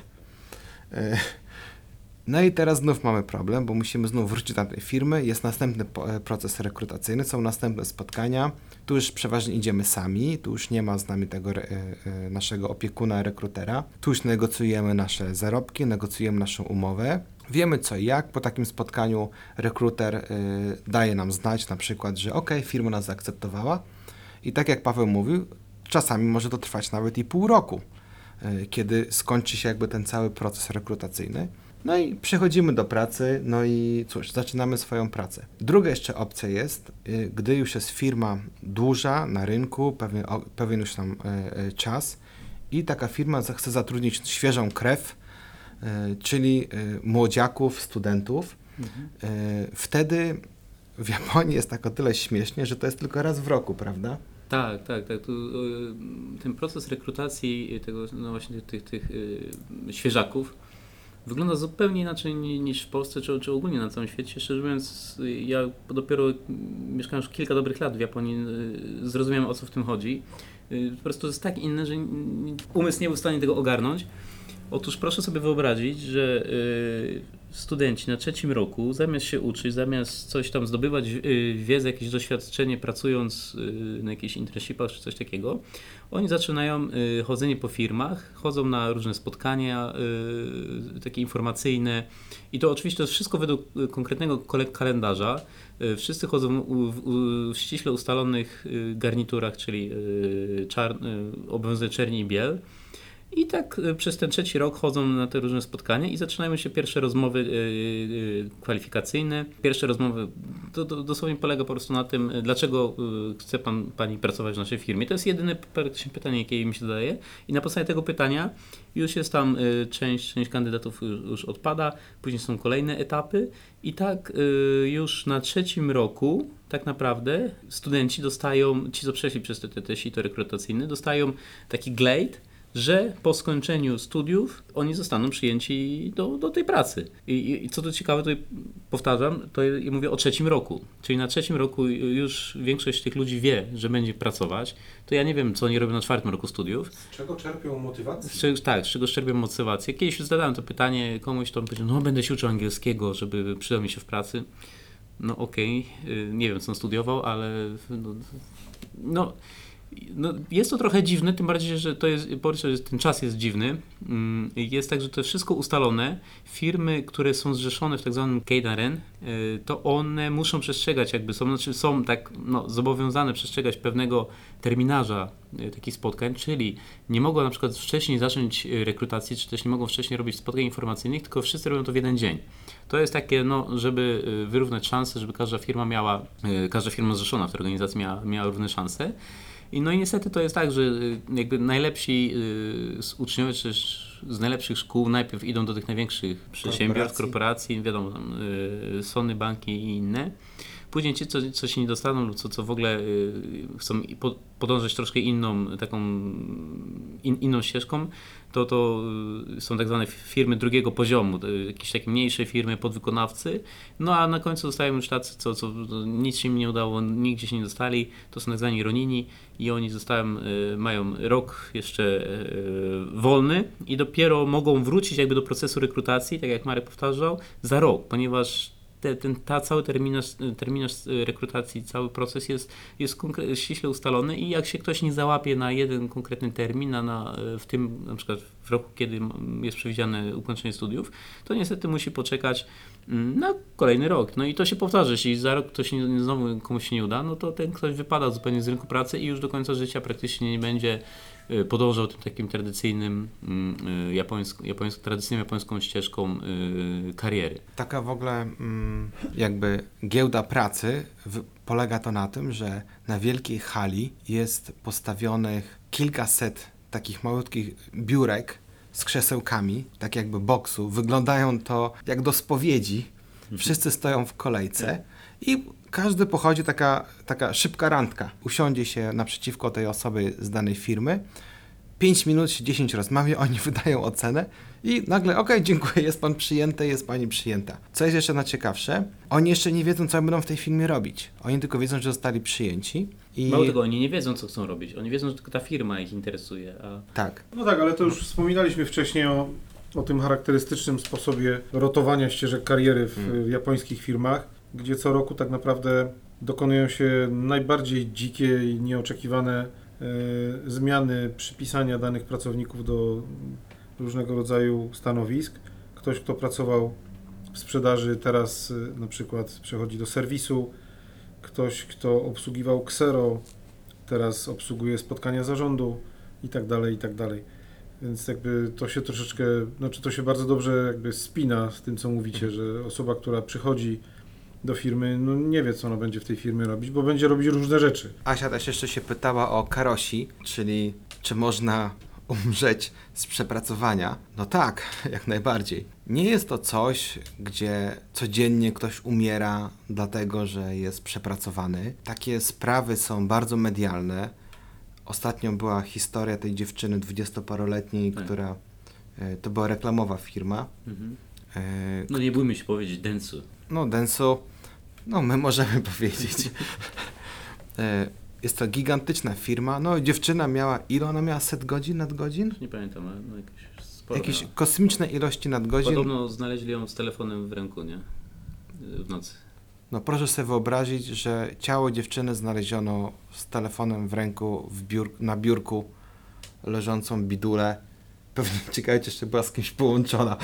No i teraz znów mamy problem, bo musimy znów wrócić do tej firmy, jest następny proces rekrutacyjny, są następne spotkania, tu już przeważnie idziemy sami, tu już nie ma z nami tego naszego opiekuna, rekrutera, tu już negocjujemy nasze zarobki, negocjujemy naszą umowę, wiemy co i jak, po takim spotkaniu rekruter daje nam znać na przykład, że firma nas zaakceptowała i tak jak Paweł mówił, czasami może to trwać nawet i pół roku, kiedy skończy się jakby ten cały proces rekrutacyjny. No i przechodzimy do pracy, no i cóż, zaczynamy swoją pracę. Druga jeszcze opcja jest, gdy już jest firma duża na rynku, pewien już tam czas i taka firma chce zatrudnić świeżą krew, czyli młodziaków, studentów. Wtedy w Japonii jest tak o tyle śmiesznie, że to jest tylko raz w roku, prawda? Tak. Ten proces rekrutacji tego, no właśnie tych świeżaków wygląda zupełnie inaczej niż w Polsce czy ogólnie na całym świecie. Szczerze mówiąc, ja dopiero mieszkałem już kilka dobrych lat w Japonii, zrozumiałem o co w tym chodzi. Po prostu jest tak inne, że umysł nie był w stanie tego ogarnąć. Otóż proszę sobie wyobrazić, że studenci na 3. roku, zamiast się uczyć, zamiast coś tam zdobywać wiedzę, jakieś doświadczenie, pracując na jakichś internshipach czy coś takiego, oni zaczynają chodzenie po firmach, chodzą na różne spotkania takie informacyjne i to oczywiście to jest wszystko według konkretnego kalendarza. Wszyscy chodzą w ściśle ustalonych garniturach, czyli obowiązuje czerni i biel. I tak przez ten 3. rok chodzą na te różne spotkania i zaczynają się pierwsze rozmowy kwalifikacyjne. Pierwsze rozmowy to dosłownie polega po prostu na tym, dlaczego chce pani pracować w naszej firmie. To jest jedyne pytanie, jakie mi się zadaje. I na podstawie tego pytania już jest tam część kandydatów już odpada, później są kolejne etapy i tak już na 3. roku tak naprawdę studenci dostają, ci co przeszli przez te sito rekrutacyjne, dostają taki glejt, że po skończeniu studiów oni zostaną przyjęci do tej pracy. I co tu ciekawe, to powtarzam, to ja mówię o 3. roku. Czyli na 3. roku już większość tych ludzi wie, że będzie pracować. To ja nie wiem, co oni robią na 4. roku studiów. Z czego czerpią motywację? Z czego czerpią motywację. Kiedyś już zadałem to pytanie komuś, to on powiedział, będę się uczył angielskiego, żeby przydał mi się w pracy. No okej, nie wiem, co on studiował, ale jest to trochę dziwne, tym bardziej, że że ten czas jest dziwny. Jest tak, że to jest wszystko ustalone. Firmy, które są zrzeszone w tak zwanym Keidaren, to one muszą przestrzegać, są tak zobowiązane przestrzegać pewnego terminarza takich spotkań, czyli nie mogą na przykład wcześniej zacząć rekrutacji, czy też nie mogą wcześniej robić spotkań informacyjnych, tylko wszyscy robią to w jeden dzień. To jest takie, żeby wyrównać szanse, żeby każda firma zrzeszona w tej organizacji miała równe szanse. I niestety to jest tak, że jakby najlepsi uczniowie, czy z najlepszych szkół najpierw idą do tych największych przedsiębiorstw, korporacji, wiadomo, tam Sony, banki i inne. Później ci, co się nie dostaną lub co w ogóle chcą podążać troszkę inną ścieżką, to są tak zwane firmy drugiego poziomu, jakieś takie mniejsze firmy, podwykonawcy, a na końcu zostają już tacy, co nic się im nie udało, nigdzie się nie dostali, to są tak zwani ronini i oni mają rok jeszcze wolny i dopiero mogą wrócić jakby do procesu rekrutacji, tak jak Marek powtarzał, za rok, ponieważ cały terminarz rekrutacji, cały proces jest ściśle ustalony i jak się ktoś nie załapie na jeden konkretny termin, w tym na przykład w roku, kiedy jest przewidziane ukończenie studiów, to niestety musi poczekać na kolejny rok. No i to się powtarza. Jeśli za rok znowu komuś się nie uda, no to ten ktoś wypada zupełnie z rynku pracy i już do końca życia praktycznie nie będzie podążał tym takim tradycyjnym tradycyjną japońską ścieżką kariery. Taka w ogóle jakby giełda pracy polega to na tym, że na wielkiej hali jest postawionych kilkaset takich malutkich biurek z krzesełkami, tak jakby boksu. Wyglądają to jak do spowiedzi. Wszyscy stoją w kolejce i każdy pochodzi taka szybka randka. Usiądzie się naprzeciwko tej osoby z danej firmy, 5 minut się 10 rozmawia, oni wydają ocenę i nagle okej, dziękuję, jest pan przyjęty, jest pani przyjęta. Co jest jeszcze najciekawsze, oni jeszcze nie wiedzą, co będą w tej firmie robić. Oni tylko wiedzą, że zostali przyjęci. Mało tego, oni nie wiedzą, co chcą robić. Oni wiedzą, że tylko ta firma ich interesuje. Tak. No tak, ale to już wspominaliśmy wcześniej o tym charakterystycznym sposobie rotowania ścieżek kariery w japońskich firmach, gdzie co roku tak naprawdę dokonują się najbardziej dzikie i nieoczekiwane zmiany przypisania danych pracowników do różnego rodzaju stanowisk. Ktoś, kto pracował w sprzedaży, teraz na przykład przechodzi do serwisu. Ktoś, kto obsługiwał Xero, teraz obsługuje spotkania zarządu i tak dalej, i tak dalej. Więc jakby to się troszeczkę, to się bardzo dobrze jakby spina z tym, co mówicie, że osoba, która przychodzi do firmy, nie wie, co ona będzie w tej firmie robić, bo będzie robić różne rzeczy. Asia też jeszcze się pytała o karoshi, czyli czy można umrzeć z przepracowania. No tak, jak najbardziej. Nie jest to coś, gdzie codziennie ktoś umiera dlatego, że jest przepracowany. Takie sprawy są bardzo medialne. Ostatnio była historia tej dziewczyny 20-paroletniej, która to była reklamowa firma. No nie bójmy się powiedzieć Dentsu. No Dentsu, my możemy powiedzieć. Jest to gigantyczna firma. No dziewczyna miała, ile ona miała godzin, nadgodzin? Nie pamiętam, ale jakieś kosmiczne ilości nadgodzin. Podobno znaleźli ją z telefonem w ręku, nie? W nocy. No proszę sobie wyobrazić, że ciało dziewczyny znaleziono z telefonem w ręku na biurku leżącą bidulę. Pewnie ciekawe, czy jeszcze była z kimś połączona.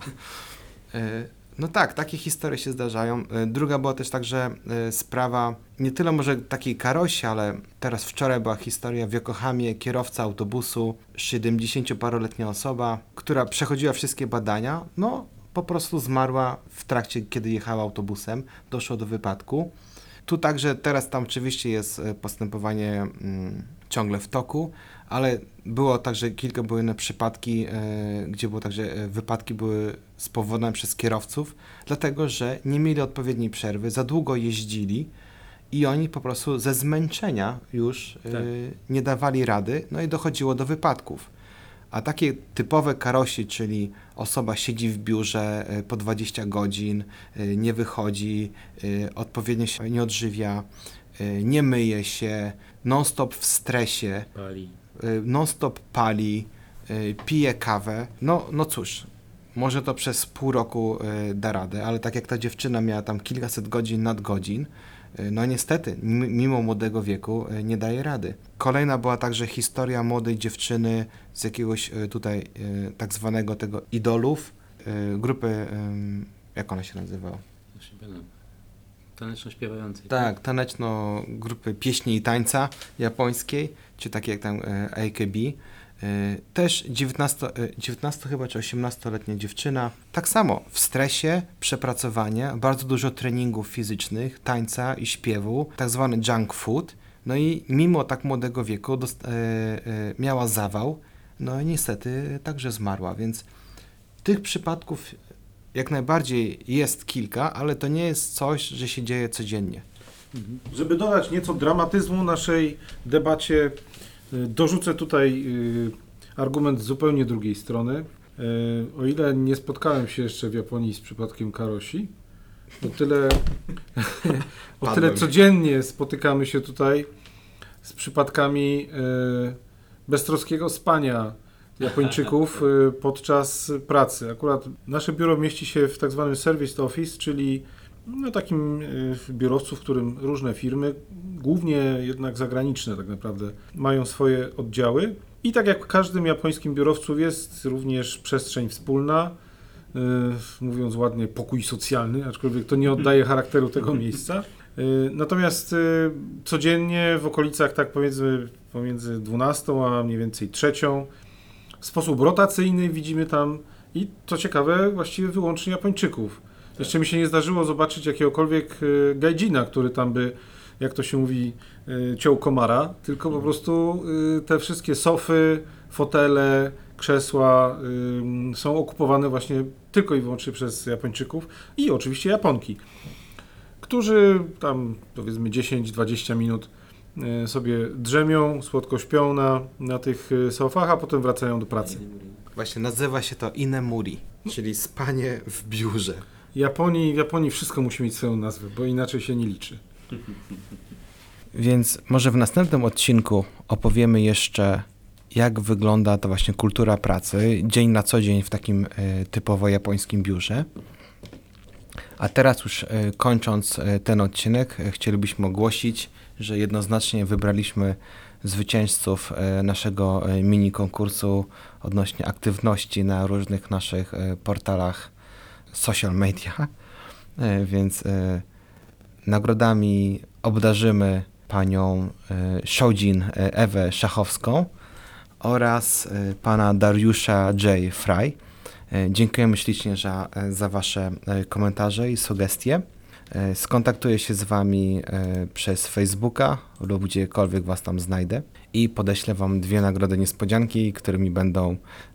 No tak, takie historie się zdarzają. Druga była też także sprawa, nie tyle może takiej karosi, ale wczoraj była historia w Yokohamie, kierowca autobusu, 70-paroletnia osoba, która przechodziła wszystkie badania, po prostu zmarła w trakcie, kiedy jechała autobusem, doszło do wypadku. Tu także teraz tam oczywiście jest postępowanie ciągle w toku, ale było także były inne przypadki, gdzie było także wypadki były spowodowane przez kierowców, dlatego że nie mieli odpowiedniej przerwy, za długo jeździli i oni po prostu ze zmęczenia już nie dawali rady, i dochodziło do wypadków. A takie typowe karosi, czyli osoba siedzi w biurze po 20 godzin, nie wychodzi, odpowiednio się nie odżywia, nie myje się, non-stop w stresie, non-stop pali, pije kawę. No cóż, może to przez pół roku da radę, ale tak jak ta dziewczyna miała tam kilkaset godzin, nadgodzin, niestety, mimo młodego wieku nie daje rady. Kolejna była także historia młodej dziewczyny z jakiegoś tutaj tak zwanego tego idolów, grupy, jak ona się nazywała? Taneczno-śpiewającej. Tak, grupy pieśni i tańca japońskiej, czy takie jak tam AKB. Też 19 chyba czy 18-letnia dziewczyna, tak samo w stresie, przepracowanie, bardzo dużo treningów fizycznych, tańca i śpiewu, tak zwany junk food, i mimo tak młodego wieku miała zawał, i niestety także zmarła, więc tych przypadków jak najbardziej jest kilka, ale to nie jest coś, że się dzieje codziennie. Żeby dodać nieco dramatyzmu naszej debacie, dorzucę tutaj argument z zupełnie drugiej strony. O ile nie spotkałem się jeszcze w Japonii z przypadkiem karosi, o tyle codziennie spotykamy się tutaj z przypadkami beztroskiego spania Japończyków podczas pracy. Akurat nasze biuro mieści się w tak zwanym service office, czyli no, takim biurowcu, w którym różne firmy, głównie jednak zagraniczne tak naprawdę, mają swoje oddziały. I tak jak w każdym japońskim biurowcu jest również przestrzeń wspólna, mówiąc ładnie, pokój socjalny, aczkolwiek to nie oddaje charakteru tego miejsca. Natomiast codziennie w okolicach tak pomiędzy 12 a mniej więcej 3 w sposób rotacyjny widzimy tam i co ciekawe właściwie wyłącznie Japończyków. Jeszcze mi się nie zdarzyło zobaczyć jakiegokolwiek gaijina, który tam by, jak to się mówi, ciął komara, tylko po prostu te wszystkie sofy, fotele, krzesła są okupowane właśnie tylko i wyłącznie przez Japończyków i oczywiście Japonki, którzy tam powiedzmy 10-20 minut sobie drzemią, słodko śpią na tych sofach, a potem wracają do pracy. Właśnie nazywa się to inemuri, czyli spanie w biurze. W Japonii wszystko musi mieć swoją nazwę, bo inaczej się nie liczy. Więc może w następnym odcinku opowiemy jeszcze, jak wygląda to właśnie kultura pracy, dzień na co dzień w takim typowo japońskim biurze. A teraz już kończąc ten odcinek, chcielibyśmy ogłosić, że jednoznacznie wybraliśmy zwycięzców naszego mini konkursu odnośnie aktywności na różnych naszych portalach social media, więc nagrodami obdarzymy panią Shoujin Ewę Szachowską oraz pana Dariusza J. Fry. Dziękujemy ślicznie za wasze komentarze i sugestie. Skontaktuję się z wami przez Facebooka lub gdziekolwiek was tam znajdę i podeślę wam 2 nagrody niespodzianki, którymi będą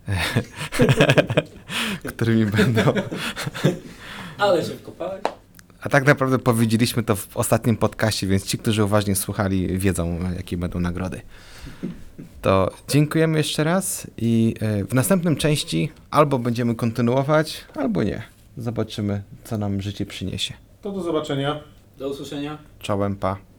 Ale się wkopałeś. A tak naprawdę powiedzieliśmy to w ostatnim podcaście, więc ci, którzy uważnie słuchali, wiedzą, jakie będą nagrody. To dziękujemy jeszcze raz i w następnym części albo będziemy kontynuować, albo nie. Zobaczymy, co nam życie przyniesie. To do zobaczenia. Do usłyszenia. Czołem, pa.